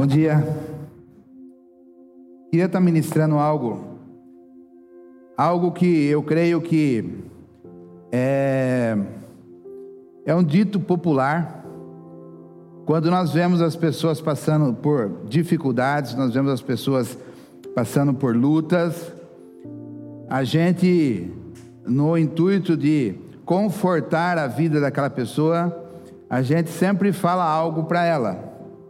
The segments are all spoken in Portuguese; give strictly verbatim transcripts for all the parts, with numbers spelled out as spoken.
Bom dia. Queria estar ministrando algo, algo que eu creio que é, é um dito popular. Quando nós vemos as pessoas passando por dificuldades, nós vemos as pessoas passando por lutas, a gente, no intuito de confortar a vida daquela pessoa, a gente sempre fala algo para ela.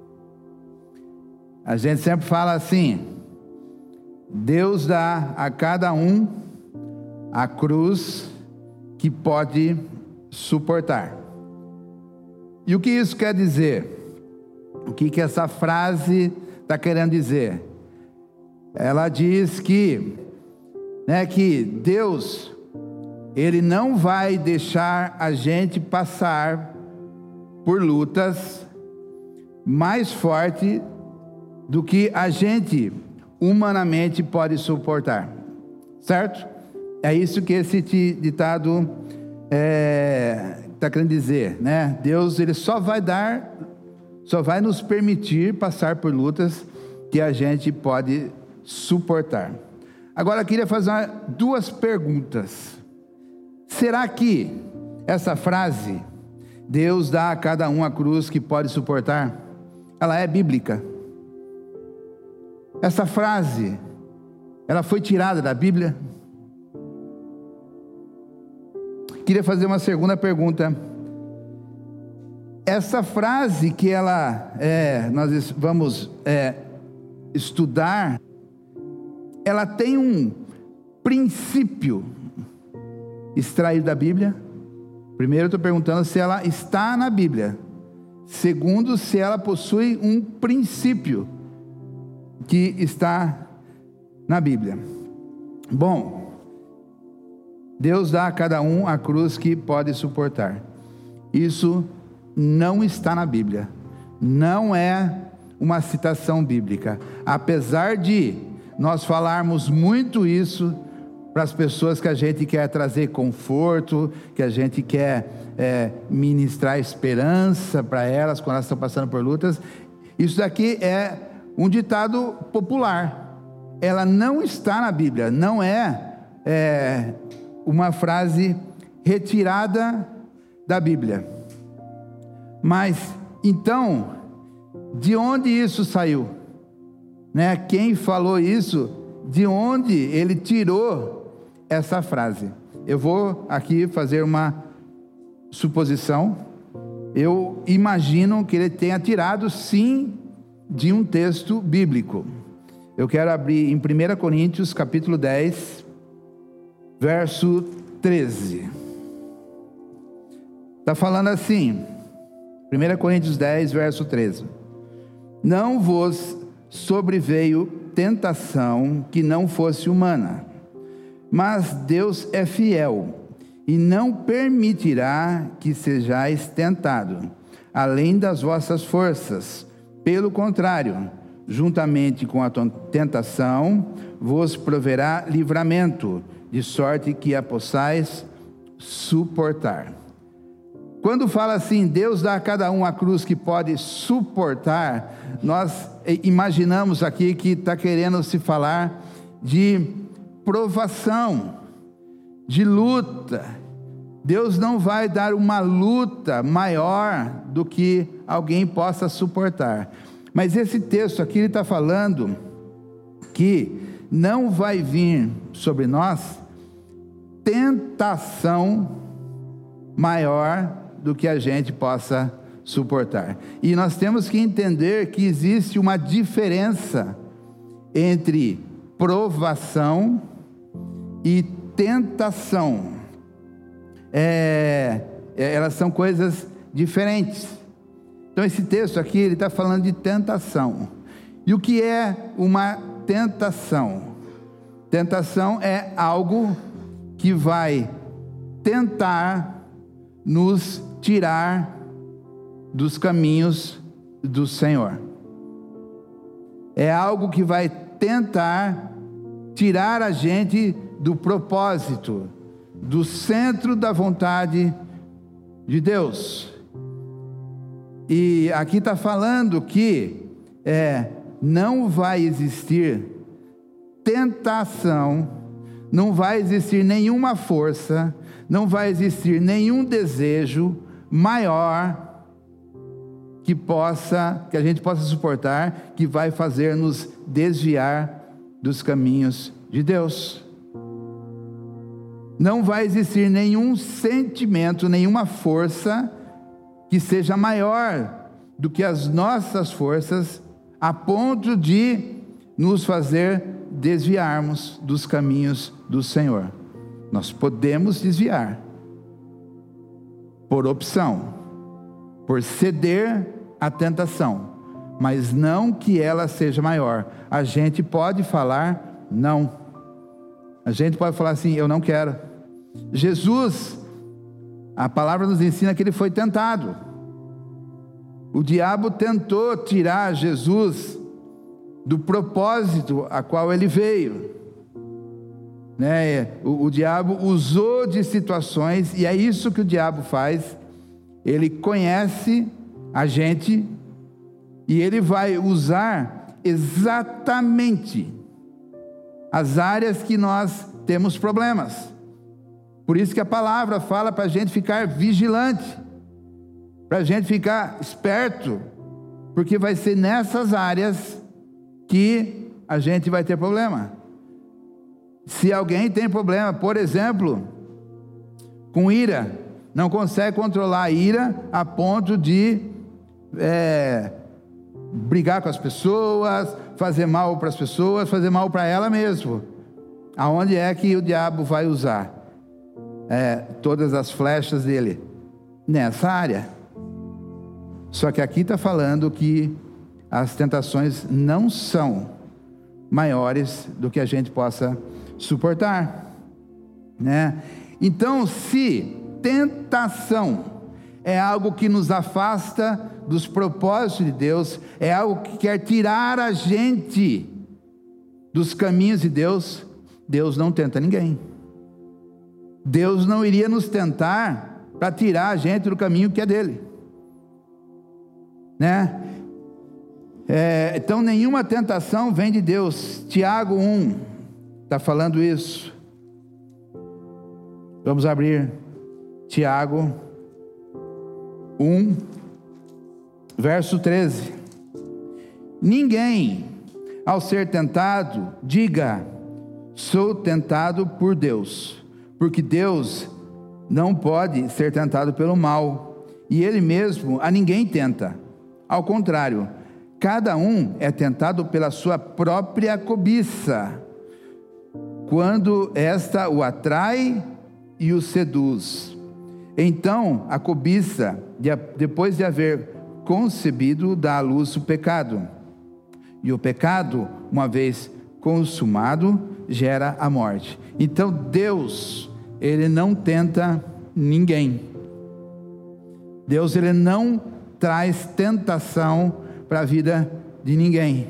A gente sempre fala assim: Deus dá a cada um a cruz que pode suportar. E o que isso quer dizer? O que, que essa frase está querendo dizer? Ela diz que, né, que Deus, Ele não vai deixar a gente passar por lutas mais fortes do que a gente humanamente pode suportar, certo? É isso que esse ditado está querendo dizer, né? Deus, Ele só vai dar, só vai nos permitir passar por lutas que a gente pode suportar. Agora eu queria fazer duas perguntas. Será que essa frase, Deus dá a cada um a cruz que pode suportar, ela é bíblica? Essa frase, ela foi tirada da Bíblia? Queria fazer uma segunda pergunta. Essa frase que ela, é, nós vamos é, estudar, ela tem um princípio extraído da Bíblia? Primeiro eu estou perguntando se ela está na Bíblia. Segundo, se ela possui um princípio que está na Bíblia. Bom, Deus dá a cada um a cruz que pode suportar. Isso não está na Bíblia. Não é uma citação bíblica. Apesar de nós falarmos muito isso para as pessoas que a gente quer trazer conforto, que a gente quer é, ministrar esperança para elas quando elas estão passando por lutas, isso daqui é um ditado popular. Ela não está na Bíblia, não é, é uma frase retirada da Bíblia. Mas então, de onde isso saiu? Né? Quem falou isso? De onde ele tirou essa frase? Eu vou aqui fazer uma suposição. Eu imagino que ele tenha tirado, sim, de um texto bíblico. Eu quero abrir em primeira Coríntios capítulo dez, verso treze. Está falando assim, primeira Coríntios dez, verso treze. Não vos sobreveio tentação que não fosse humana, mas Deus é fiel e não permitirá que sejais tentado, além das vossas forças. Pelo contrário, juntamente com a tentação, vos proverá livramento, de sorte que a possais suportar. Quando fala assim, Deus dá a cada um a cruz que pode suportar, nós imaginamos aqui que está querendo se falar de provação, de luta. Deus não vai dar uma luta maior do que alguém possa suportar. Mas esse texto aqui, ele está falando que não vai vir sobre nós tentação maior do que a gente possa suportar. E nós temos que entender que existe uma diferença entre provação e tentação. É, elas são coisas diferentes. Então esse texto aqui, ele está falando de tentação. E o que é uma tentação? Tentação é algo que vai tentar nos tirar dos caminhos do Senhor. É algo que vai tentar tirar a gente do propósito, do centro da vontade de Deus. E aqui está falando que é, não vai existir tentação, não vai existir nenhuma força, não vai existir nenhum desejo maior que possa, que a gente possa suportar, que vai fazer nos desviar dos caminhos de Deus. Não vai existir nenhum sentimento, nenhuma força que seja maior do que as nossas forças, a ponto de nos fazer desviarmos dos caminhos do Senhor. Nós podemos desviar por opção, por ceder à tentação, mas não que ela seja maior. A gente pode falar não. A gente pode falar assim: eu não quero. Jesus, a palavra nos ensina que ele foi tentado. O diabo tentou tirar Jesus do propósito a qual ele veio, né? o, o diabo usou de situações, e é isso que o diabo faz. Ele conhece a gente e ele vai usar exatamente as áreas que nós temos problemas. Por isso que a palavra fala para a gente ficar vigilante, para a gente ficar esperto, porque vai ser nessas áreas que a gente vai ter problema. Se alguém tem problema, por exemplo, com ira, não consegue controlar a ira a ponto de é, brigar com as pessoas, fazer mal para as pessoas, fazer mal para ela mesmo. Aonde é que o diabo vai usar é, todas as flechas dele? Nessa área. Só que aqui está falando que as tentações não são maiores do que a gente possa suportar, né? Então, se tentação é algo que nos afasta dos propósitos de Deus, é algo que quer tirar a gente dos caminhos de Deus, Deus não tenta ninguém. Deus não iria nos tentar para tirar a gente do caminho que é dele, né? É, então nenhuma tentação vem de Deus. Tiago um está falando isso. Vamos abrir Tiago um, verso treze. Ninguém, ao ser tentado, diga: sou tentado por Deus, porque Deus não pode ser tentado pelo mal, e Ele mesmo a ninguém tenta. Ao contrário, cada um é tentado pela sua própria cobiça, quando esta o atrai e o seduz. Então a cobiça, depois de haver concebido, dá à luz o pecado, e o pecado, uma vez consumado, gera a morte. Então Deus, Ele não tenta ninguém. Deus, Ele não traz tentação para a vida de ninguém.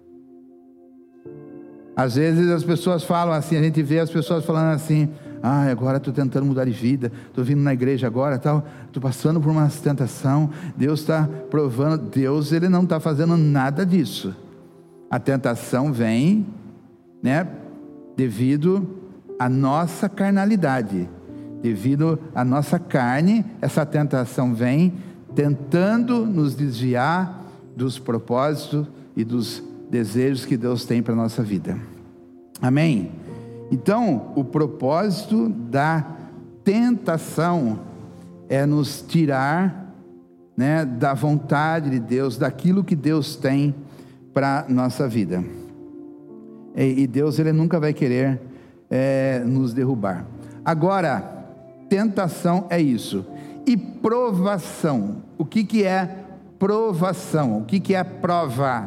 Às vezes as pessoas falam assim, a gente vê as pessoas falando assim: ah, agora estou tentando mudar de vida, estou vindo na igreja agora, estou passando por uma tentação, Deus está provando. Deus, Ele não está fazendo nada disso. A tentação vem, né, devido à nossa carnalidade, devido à nossa carne. Essa tentação vem tentando nos desviar dos propósitos e dos desejos que Deus tem para a nossa vida. Amém? Então, o propósito da tentação é nos tirar, né, da vontade de Deus, daquilo que Deus tem para a nossa vida. E, e Deus, Ele nunca vai querer é, nos derrubar. Agora, tentação é isso. E provação, o que que é provação? O que que é prova?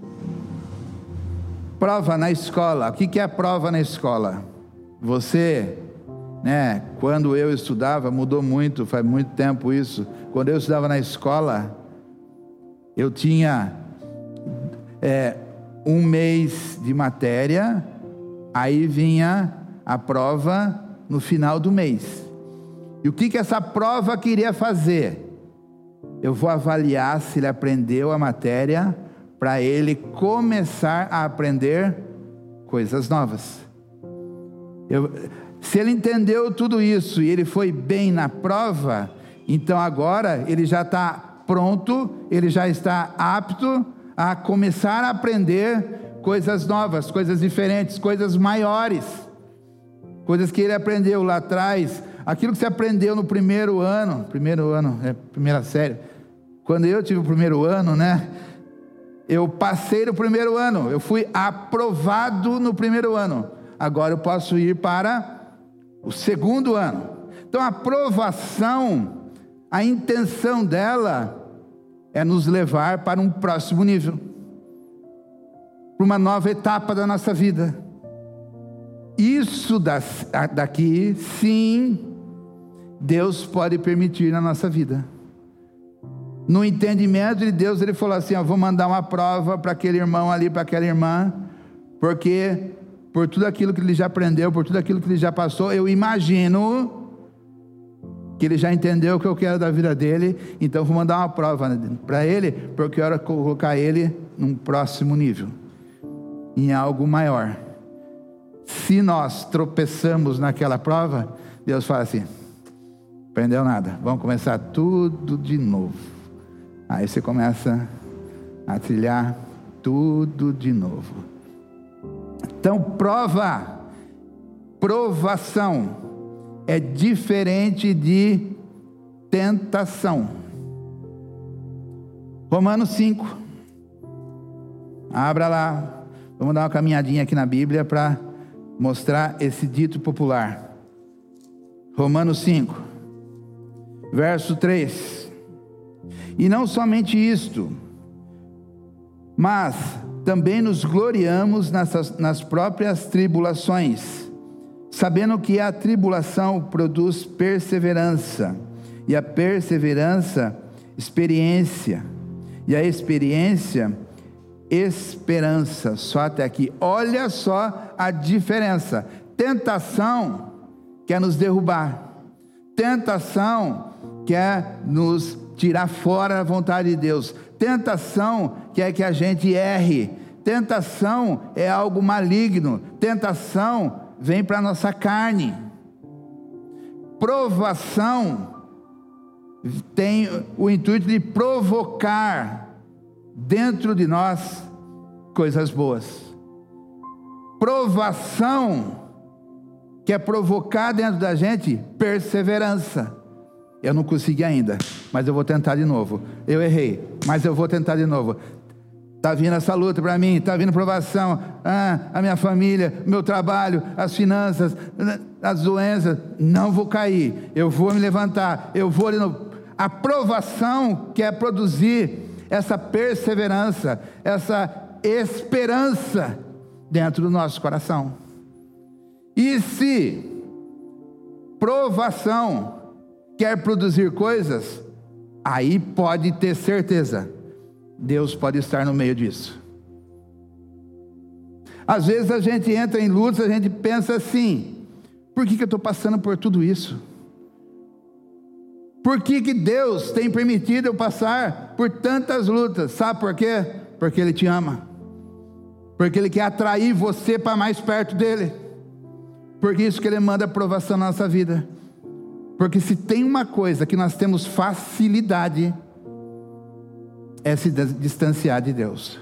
Prova na escola. O que que é prova na escola? Você, né, quando eu estudava, mudou muito, faz muito tempo isso. Quando eu estudava na escola, eu tinha é, um mês de matéria, aí vinha a prova no final do mês. E o que que essa prova queria fazer? Eu vou avaliar se ele aprendeu a matéria para ele começar a aprender coisas novas. Eu, se ele entendeu tudo isso e ele foi bem na prova, então agora ele já está pronto, ele já está apto a começar a aprender coisas novas, coisas diferentes, coisas maiores, coisas que ele aprendeu lá atrás, aquilo que você aprendeu no primeiro ano, primeiro ano, é, primeira série, quando eu tive o primeiro ano, né, eu passei no primeiro ano, eu fui aprovado no primeiro ano, agora eu posso ir para o segundo ano. Então a aprovação, a intenção dela é nos levar para um próximo nível, para uma nova etapa da nossa vida. Isso daqui, sim, Deus pode permitir na nossa vida. No entendimento de Deus, Ele falou assim, ó, vou mandar uma prova para aquele irmão ali, para aquela irmã, porque por tudo aquilo que ele já aprendeu, por tudo aquilo que ele já passou, eu imagino que ele já entendeu o que eu quero da vida dele, então vou mandar uma prova para ele, porque eu quero colocar ele num próximo nível, em algo maior. Se nós tropeçamos naquela prova, Deus fala assim, aprendeu nada, vamos começar tudo de novo. Aí você começa a trilhar tudo de novo. Então prova, provação é diferente de tentação. Romanos cinco, abra lá, vamos dar uma caminhadinha aqui na Bíblia para mostrar esse dito popular. Romanos cinco, verso três. E não somente isto, mas também nos gloriamos nessas, nas próprias tribulações, sabendo que a tribulação produz perseverança, e a perseverança, experiência, e a experiência, esperança. Só até aqui. Olha só a diferença. Tentação quer nos derrubar, tentação quer nos tirar fora da vontade de Deus, tentação quer que a gente erre, tentação é algo maligno, tentação vem para a nossa carne. Provação tem o intuito de provocar dentro de nós coisas boas. Provação quer provocar dentro da gente perseverança. Eu não consegui ainda, mas eu vou tentar de novo. Eu errei, mas eu vou tentar de novo. Está vindo essa luta para mim, está vindo provação, ah, a minha família, meu trabalho, as finanças, as doenças. Não vou cair, eu vou me levantar, eu vou de novo. A provação quer produzir essa perseverança, essa esperança dentro do nosso coração. E se provação quer produzir coisas, aí pode ter certeza, Deus pode estar no meio disso. Às vezes a gente entra em lutas, a gente pensa assim, por que que eu estou passando por tudo isso? Por que que Deus tem permitido eu passar por tantas lutas? Sabe por quê? Porque Ele te ama, porque Ele quer atrair você para mais perto dEle, porque isso que Ele manda provação na nossa vida. Porque se tem uma coisa que nós temos facilidade, é se distanciar de Deus.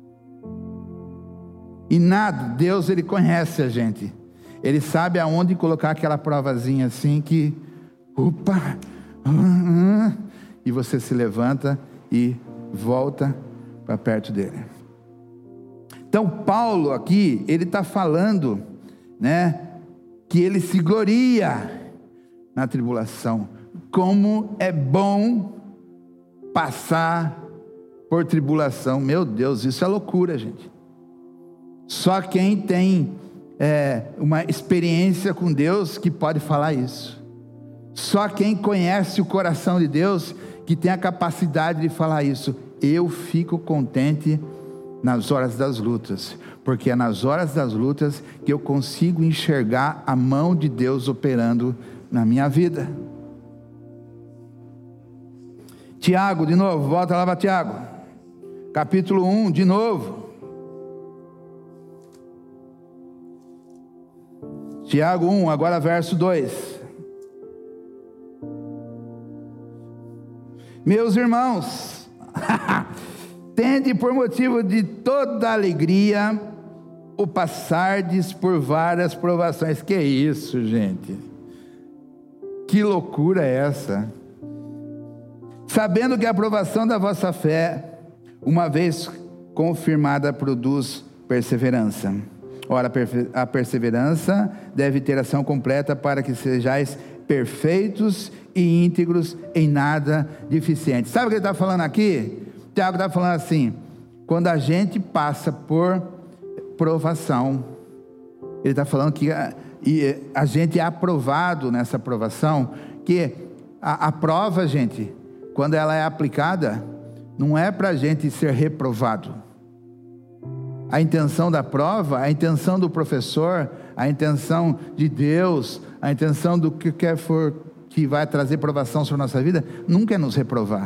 E nada, Deus Ele conhece a gente, Ele sabe aonde colocar aquela provazinha assim que, opa, uh, uh, e você se levanta e volta para perto dele. Então Paulo aqui, ele está falando, né, que ele se gloria na tribulação. Como é bom passar por tribulação. Meu Deus, isso é loucura, gente. Só quem tem é, uma experiência com Deus que pode falar isso. Só quem conhece o coração de Deus que tem a capacidade de falar isso. Eu fico contente nas horas das lutas, porque é nas horas das lutas que eu consigo enxergar a mão de Deus operando na minha vida. Tiago, de novo, volta lá para Tiago, capítulo um, de novo. Tiago um, agora verso dois. Meus irmãos, tende por motivo de toda alegria o passardes por várias provações. Que isso, gente? Que loucura é essa? Sabendo que a aprovação da vossa fé, uma vez confirmada, produz perseverança. Ora, a perseverança deve ter ação completa para que sejais perfeitos e íntegros, em nada deficientes. Sabe o que ele está falando aqui? Tiago está falando assim: quando a gente passa por provação, ele está falando que a, e a gente é aprovado nessa provação, que a, a prova, gente, quando ela é aplicada, não é para a gente ser reprovado. A intenção da prova, a intenção do professor, a intenção de Deus, a intenção do que quer for que vai trazer provação sobre a nossa vida, nunca é nos reprovar.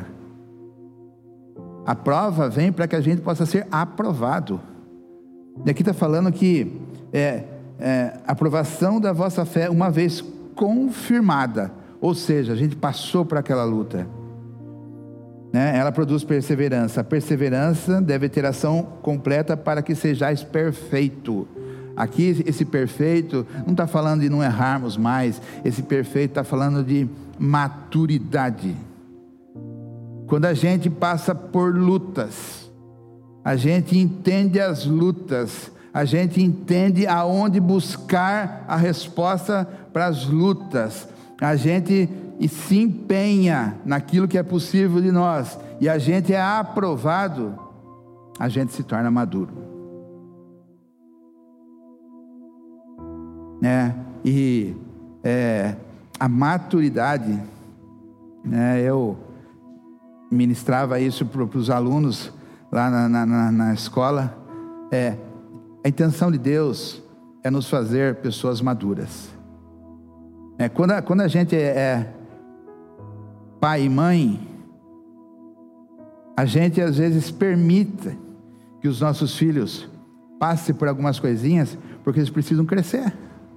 A prova vem para que a gente possa ser aprovado. E aqui está falando que é, é, a aprovação da vossa fé, uma vez confirmada, ou seja, a gente passou por aquela luta, né? Ela produz perseverança. A perseverança deve ter ação completa para que sejais perfeito. Aqui esse perfeito não está falando de não errarmos mais, esse perfeito está falando de maturidade. Quando a gente passa por lutas, a gente entende as lutas, a gente entende aonde buscar a resposta para as lutas, a gente se empenha naquilo que é possível de nós, e a gente é aprovado, a gente se torna maduro. É, e é, a maturidade, né, eu ministrava isso para os alunos lá na, na, na, na escola. É, a intenção de Deus é nos fazer pessoas maduras. É, quando, a, quando a gente é, é pai e mãe, a gente às vezes permite que os nossos filhos passem por algumas coisinhas, porque eles precisam crescer.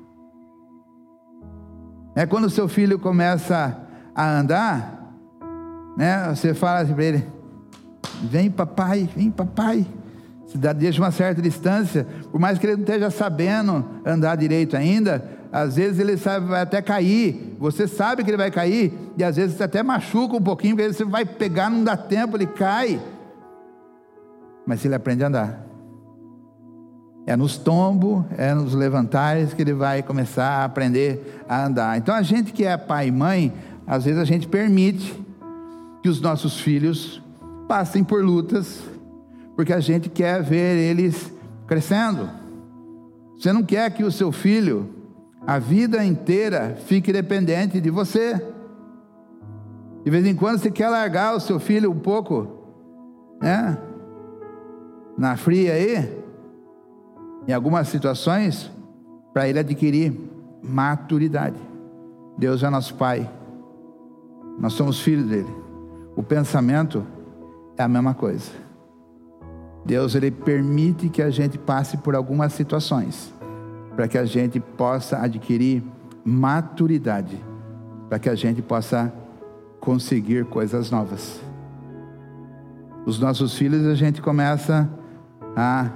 É quando o seu filho começa a andar, né, você fala assim para ele: vem papai, vem papai. Você deixa uma certa distância, por mais que ele não esteja sabendo andar direito ainda, às vezes ele sabe, vai até cair, você sabe que ele vai cair, e às vezes você até machuca um pouquinho, porque você vai pegar, não dá tempo, ele cai, mas ele aprende a andar. É nos tombos, é nos levantares que ele vai começar a aprender a andar. Então a gente que é pai e mãe, às vezes a gente permite que os nossos filhos passem por lutas, porque a gente quer ver eles crescendo. Você não quer que o seu filho, a vida inteira, fique dependente de você. De vez em quando você quer largar o seu filho um pouco, né, na fria aí, em algumas situações, para ele adquirir maturidade. Deus é nosso Pai, nós somos filhos dele. O pensamento é a mesma coisa. Deus, ele permite que a gente passe por algumas situações, para que a gente possa adquirir maturidade, para que a gente possa conseguir coisas novas. Os nossos filhos, a gente começa a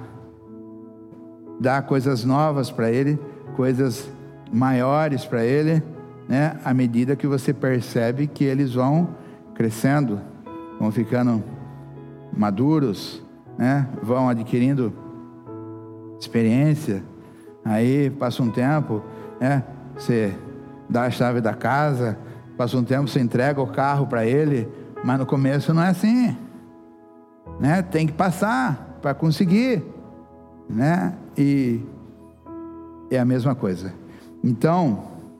dar coisas novas para ele, coisas maiores para ele, né? À medida que você percebe que eles vão crescendo, vão ficando maduros, né? Vão adquirindo experiência. Aí passa um tempo, né? Você dá a chave da casa, passa um tempo, você entrega o carro para ele, mas no começo não é assim, né? Tem que passar para conseguir, né? E é a mesma coisa. Então,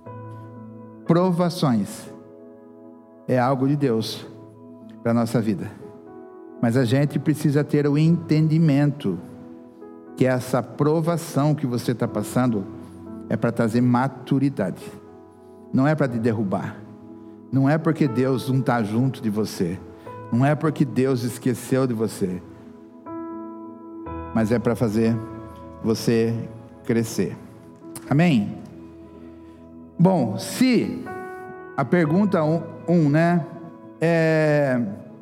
provações é algo de Deus para a nossa vida, mas a gente precisa ter o entendimento que essa provação que você está passando é para trazer maturidade, não é para te derrubar, não é porque Deus não está junto de você, não é porque Deus esqueceu de você, mas é para fazer você crescer. Amém? Bom, se a pergunta um, um né, é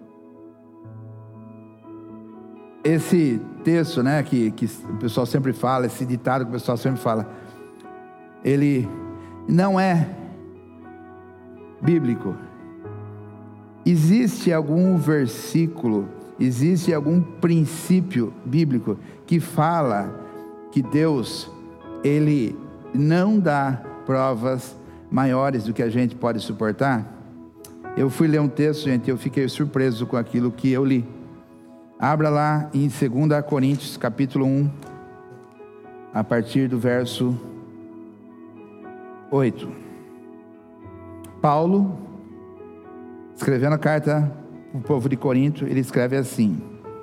esse texto, né, que, que o pessoal sempre fala, esse ditado que o pessoal sempre fala, ele não é bíblico. Existe algum versículo, existe algum princípio bíblico que fala que Deus, Ele não dá provas maiores do que a gente pode suportar? Eu fui ler um texto, gente, eu fiquei surpreso com aquilo que eu li. Abra lá em dois Coríntios, capítulo um, a partir do verso oito. Paulo, escrevendo a carta para o povo de Corinto, ele escreve assim,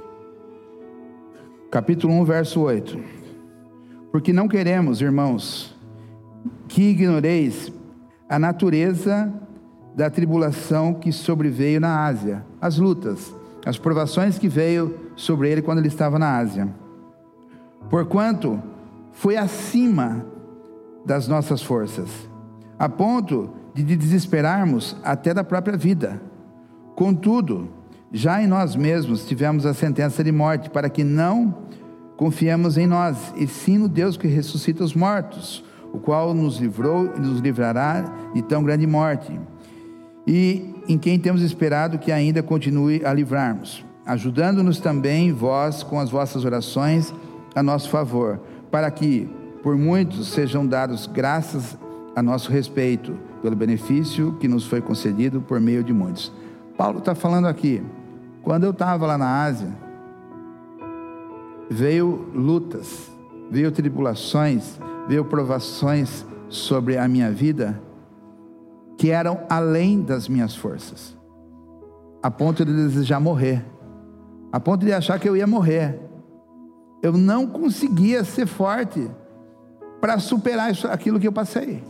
capítulo um, verso oito: porque não queremos, irmãos, que ignoreis a natureza da tribulação que sobreveio na Ásia, as lutas, as provações que veio sobre ele quando ele estava na Ásia, porquanto foi acima das nossas forças, a ponto de desesperarmos até da própria vida. Contudo, já em nós mesmos tivemos a sentença de morte, para que não confiemos em nós, e sim no Deus que ressuscita os mortos, o qual nos livrou e nos livrará de tão grande morte, e em quem temos esperado que ainda continue a livrar-nos, ajudando-nos também vós com as vossas orações a nosso favor, para que por muitos sejam dados graças a nosso respeito, pelo benefício que nos foi concedido por meio de muitos. Paulo está falando aqui, quando eu estava lá na Ásia, veio lutas, veio tribulações, veio provações sobre a minha vida, que eram além das minhas forças, a ponto de desejar morrer, a ponto de achar que eu ia morrer. Eu não conseguia ser forte para superar isso, aquilo que eu passei.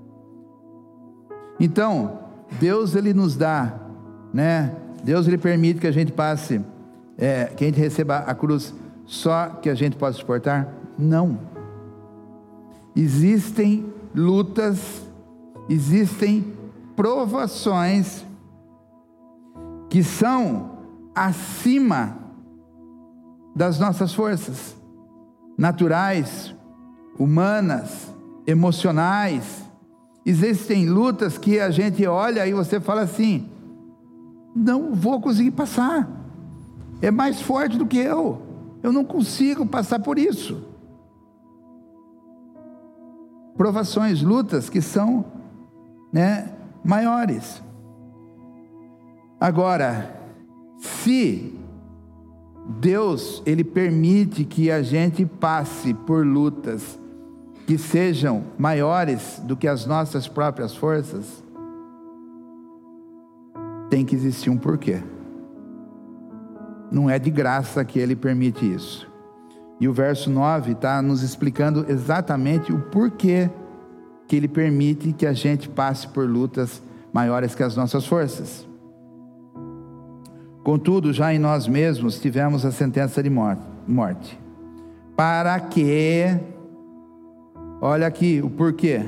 Então, Deus, Ele nos dá, né? Deus, Ele permite que a gente passe, é, que a gente receba a cruz só que a gente pode suportar? Não. Existem lutas, existem provações que são acima das nossas forças naturais, humanas, emocionais. Existem lutas que a gente olha e você fala assim: não vou conseguir passar, é mais forte do que eu, eu não consigo passar por isso. Provações, lutas que são, né, maiores. Agora, se Deus, Ele permite que a gente passe por lutas que sejam maiores do que as nossas próprias forças, tem que existir um porquê. Não é de graça que Ele permite isso. E o verso nove está nos explicando exatamente o porquê que Ele permite que a gente passe por lutas maiores que as nossas forças. Contudo, já em nós mesmos tivemos a sentença de morte, para que, olha aqui o porquê,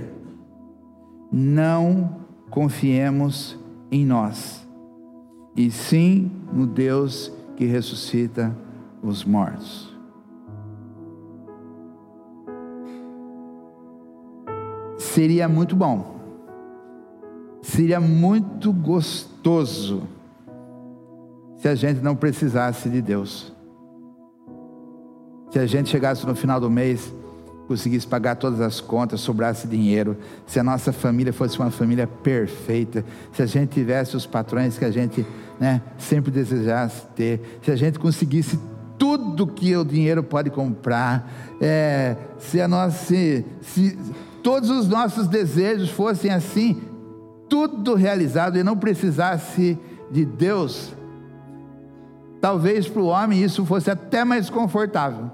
não confiemos em nós, e sim no Deus que ressuscita os mortos. Seria muito bom, seria muito gostoso se a gente não precisasse de Deus, se a gente chegasse no final do mês, conseguisse pagar todas as contas, sobrasse dinheiro, se a nossa família fosse uma família perfeita, se a gente tivesse os patrões que a gente, né, sempre desejasse ter, se a gente conseguisse tudo que o dinheiro pode comprar, é, se, a nossa, se, se todos os nossos desejos fossem assim, tudo realizado, e não precisasse de Deus, talvez para o homem isso fosse até mais confortável.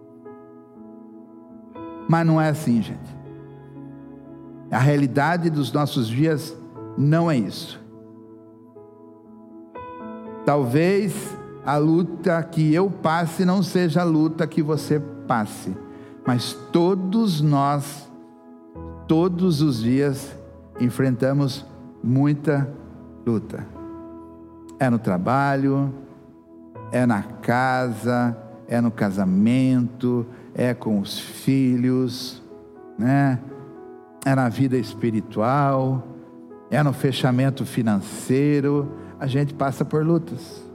Mas não é assim, gente. A realidade dos nossos dias não é isso. Talvez a luta que eu passe não seja a luta que você passe, mas todos nós, todos os dias, enfrentamos muita luta. É no trabalho, é na casa, é no casamento, é com os filhos, né? É na vida espiritual, é no fechamento financeiro. A gente passa por lutas.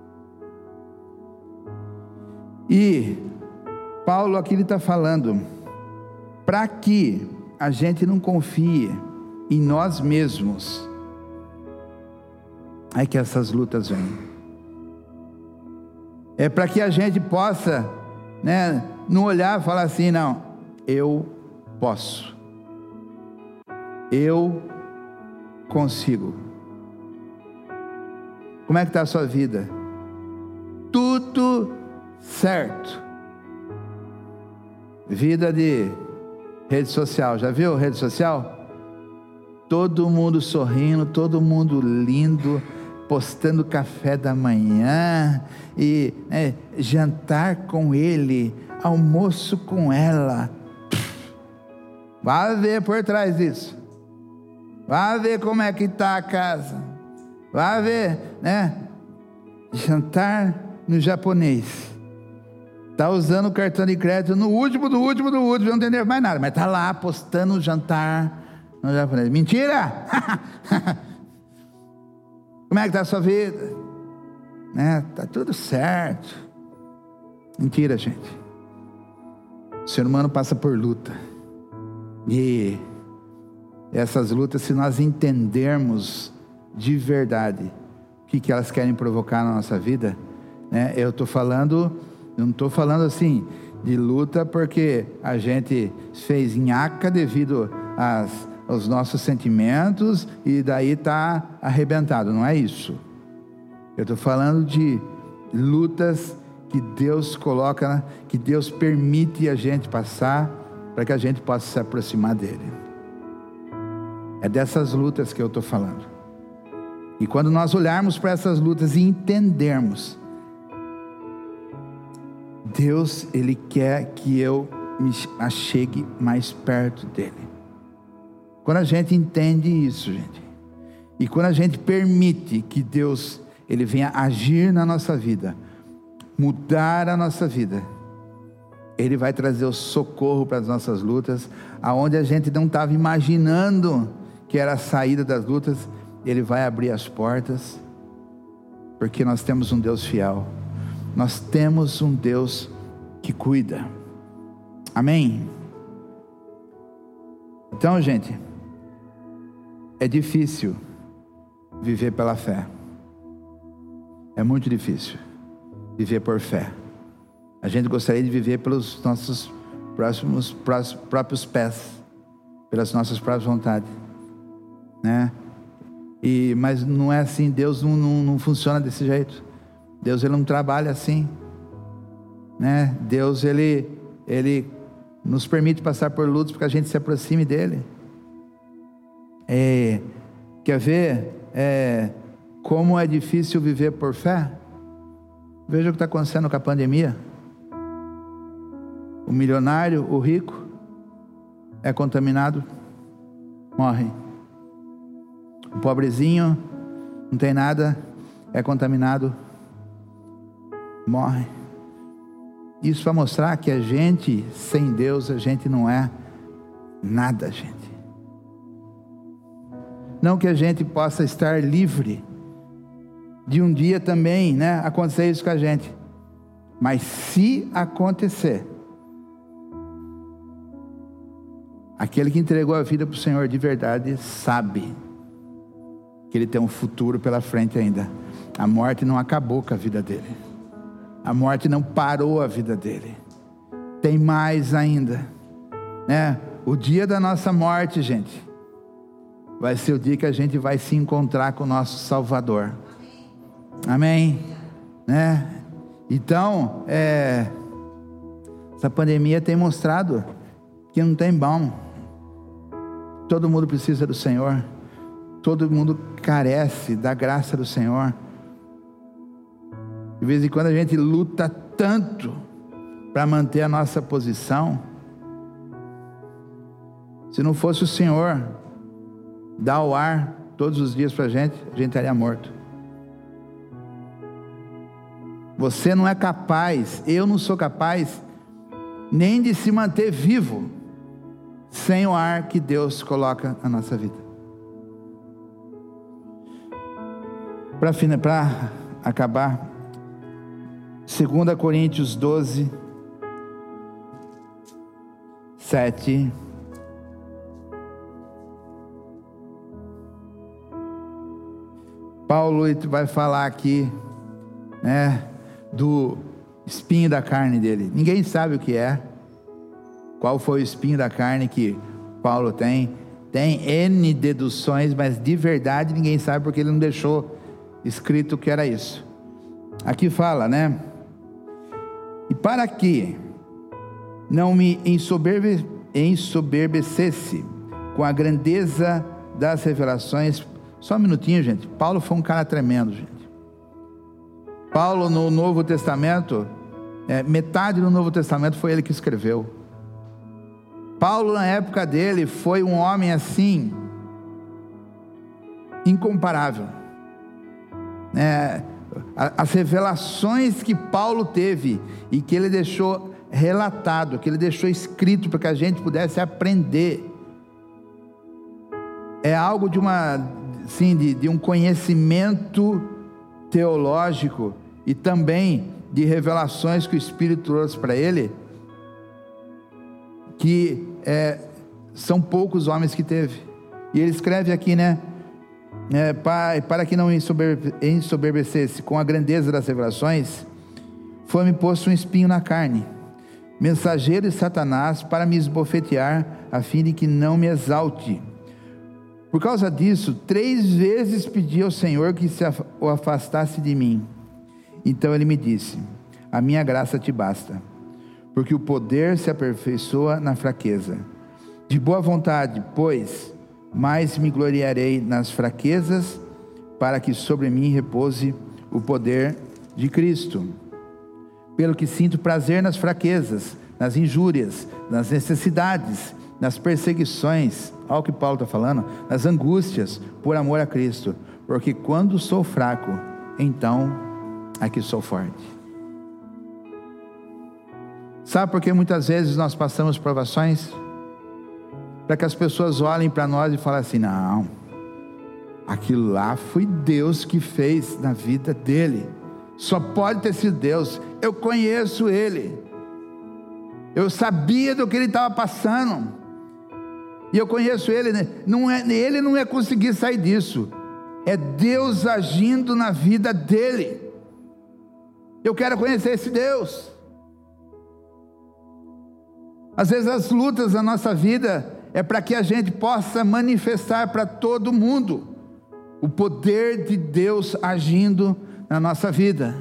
E Paulo aqui ele está falando para que a gente não confie em nós mesmos, é que essas lutas vêm. É para que a gente possa, né, não olhar e falar assim, não, eu posso, eu consigo. Como é que está a sua vida? Tudo certo. Vida de rede social, já viu rede social? Todo mundo sorrindo, todo mundo lindo, postando café da manhã, e é, jantar com ele, almoço com ela. Vai ver por trás disso, vai ver como é que está a casa, vai ver, né? Jantar no japonês, está usando o cartão de crédito no último, do último, do último, não entendeu mais nada, mas está lá postando um jantar no japonês. Mentira! Como é que está a sua vida? Né? Tá tudo certo. Mentira, gente. O ser humano passa por luta. E essas lutas, se nós entendermos de verdade o que, que elas querem provocar na nossa vida, né? Eu estou falando, eu não estou falando assim de luta porque a gente fez nhaca devido às, aos nossos sentimentos e daí está arrebentado, não é isso. Eu estou falando de lutas que Deus coloca, que Deus permite a gente passar para que a gente possa se aproximar dele. É dessas lutas que eu estou falando. E quando nós olharmos para essas lutas e entendermos, Deus, Ele quer que eu me achegue mais perto dEle. Quando a gente entende isso, gente, e quando a gente permite que Deus, Ele venha agir na nossa vida, mudar a nossa vida, Ele vai trazer o socorro para as nossas lutas, aonde a gente não estava imaginando que era a saída das lutas, Ele vai abrir as portas, porque nós temos um Deus fiel, nós temos um Deus que cuida, amém? Então, gente, é difícil viver pela fé, é muito difícil viver por fé. A gente gostaria de viver pelos nossos próximos, próprios pés, pelas nossas próprias vontades, né? E, mas não é assim, Deus não, não, não funciona desse jeito. Deus, Ele não trabalha assim, né? Deus, Ele, Ele nos permite passar por lutas para que a gente se aproxime dEle. É, quer ver é, como é difícil viver por fé? Veja o que está acontecendo com a pandemia. O milionário, o rico, é contaminado, morre. O pobrezinho, não tem nada, é contaminado, morre. Isso vai mostrar que a gente, sem Deus, a gente não é nada, gente. Não que a gente possa estar livre de um dia também, né, acontecer isso com a gente. Mas se acontecer, aquele que entregou a vida para o Senhor de verdade sabe que ele tem um futuro pela frente ainda. A morte não acabou com a vida dele. A morte não parou a vida dele. Tem mais ainda, né? O dia da nossa morte, gente, vai ser o dia que a gente vai se encontrar com o nosso Salvador. Amém? Né? Então, é, essa pandemia tem mostrado que não tem bom. Todo mundo precisa do Senhor. Todo mundo carece da graça do Senhor. De vez em quando a gente luta tanto para manter a nossa posição. Se não fosse o Senhor dar o ar todos os dias para a gente, a gente estaria morto. Você não é capaz, eu não sou capaz nem de se manter vivo sem o ar que Deus coloca na nossa vida. Para acabar, dois Coríntios doze, sete. Paulo vai falar aqui, né, do espinho da carne dele. Ninguém sabe o que é, qual foi o espinho da carne que Paulo tem. Tem N deduções, mas de verdade ninguém sabe, porque ele não deixou escrito o que era isso. Aqui fala, né? E para que não me ensoberbe, ensoberbecesse com a grandeza das revelações. Só um minutinho, gente. Paulo foi um cara tremendo, gente. Paulo no Novo Testamento, é, metade do Novo Testamento foi ele que escreveu. Paulo na época dele foi um homem assim, incomparável. É, as revelações que Paulo teve e que ele deixou relatado, que ele deixou escrito para que a gente pudesse aprender, é algo de uma, sim, de, de um conhecimento teológico e também de revelações que o Espírito trouxe para ele, que é, são poucos homens que teve. E ele escreve aqui, né? É, para, para que não ensoberbecesse com a grandeza das revelações, foi-me posto um espinho na carne, mensageiro de Satanás, para me esbofetear, a fim de que não me exalte. Por causa disso, três vezes pedi ao Senhor que se o afastasse de mim. Então ele me disse: a minha graça te basta, porque o poder se aperfeiçoa na fraqueza. De boa vontade, pois, mais me gloriarei nas fraquezas, para que sobre mim repouse o poder de Cristo. Pelo que sinto prazer nas fraquezas, nas injúrias, nas necessidades, nas perseguições, olha o que Paulo está falando, nas angústias, por amor a Cristo, porque quando sou fraco, então é que sou forte. Sabe por que muitas vezes nós passamos provações? Para que as pessoas olhem para nós e falem assim: não, aquilo lá foi Deus que fez na vida dele, só pode ter sido Deus, eu conheço ele, eu sabia do que ele estava passando, e eu conheço ele, né? Não é, ele não ia conseguir sair disso, é Deus agindo na vida dele, eu quero conhecer esse Deus. Às vezes as lutas da nossa vida é para que a gente possa manifestar para todo mundo o poder de Deus agindo na nossa vida.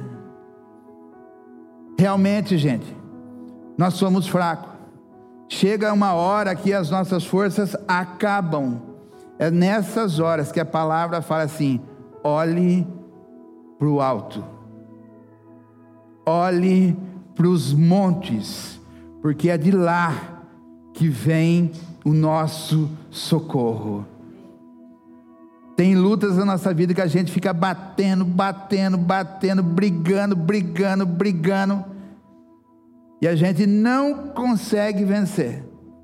Realmente, gente, nós somos fracos. Chega uma hora que as nossas forças acabam. É nessas horas que a palavra fala assim: olhe para o alto, olhe para os montes, porque é de lá que vem o nosso socorro. Tem lutas na nossa vida que a gente fica batendo, batendo, batendo, brigando, brigando, brigando, e a gente não consegue vencer.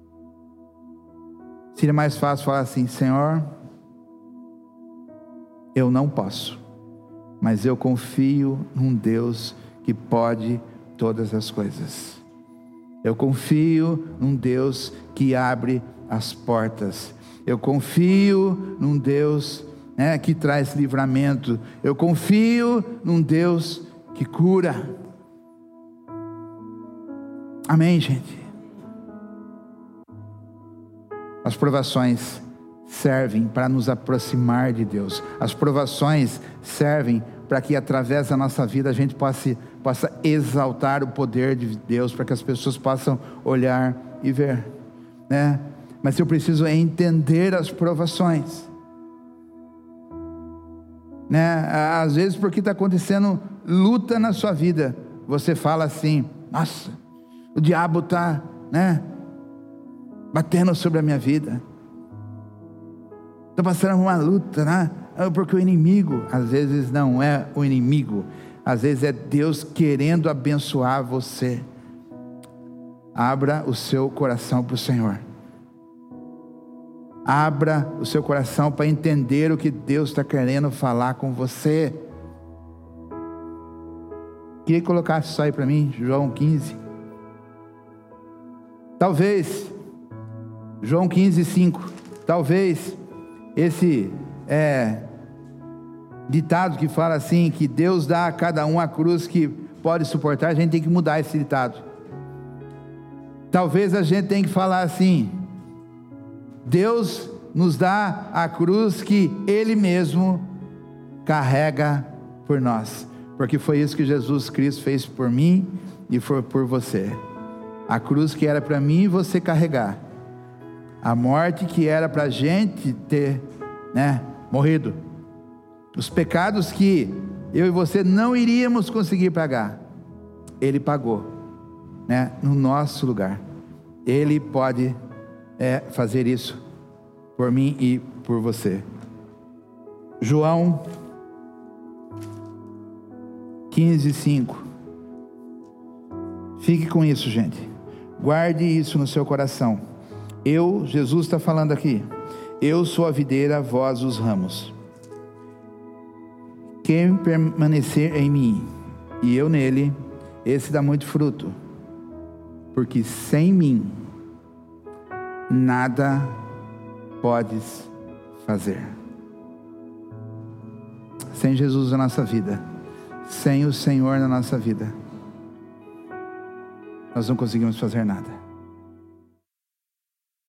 Seria mais fácil falar assim: Senhor, eu não posso, mas eu confio num Deus que pode todas as coisas. Eu confio num Deus que abre as portas. Eu confio num Deus, né, que traz livramento. Eu confio num Deus que cura. Amém, gente? As provações servem para nos aproximar de Deus. As provações servem para que através da nossa vida a gente possa, possa exaltar o poder de Deus, para que as pessoas possam olhar e ver, né? Mas eu preciso entender as provações, né? Às vezes porque está acontecendo luta na sua vida, você fala assim: nossa, o diabo está, né, batendo sobre a minha vida, estou passando uma luta, né? Porque o inimigo, às vezes não é o inimigo, às vezes é Deus querendo abençoar você. Abra o seu coração para o Senhor. Abra o seu coração para entender o que Deus está querendo falar com você. Queria que colocasse isso aí para mim, João quinze. Talvez, João quinze, cinco. Talvez esse é, ditado que fala assim, que Deus dá a cada um a cruz que pode suportar, a gente tem que mudar esse ditado. Talvez a gente tenha que falar assim: Deus nos dá a cruz que Ele mesmo carrega por nós, porque foi isso que Jesus Cristo fez por mim e foi por você. A cruz que era para mim e você carregar, a morte que era para a gente ter, né, morrido, os pecados que eu e você não iríamos conseguir pagar, Ele pagou, né, no nosso lugar. Ele pode é, fazer isso por mim e por você. João quinze, cinco. Fique com isso, gente. Guarde isso no seu coração. Eu, Jesus está falando aqui, eu sou a videira, vós os ramos. Quem permanecer em mim e eu nele, esse dá muito fruto, porque sem mim nada podes fazer. Sem Jesus na nossa vida, sem o Senhor na nossa vida, nós não conseguimos fazer nada.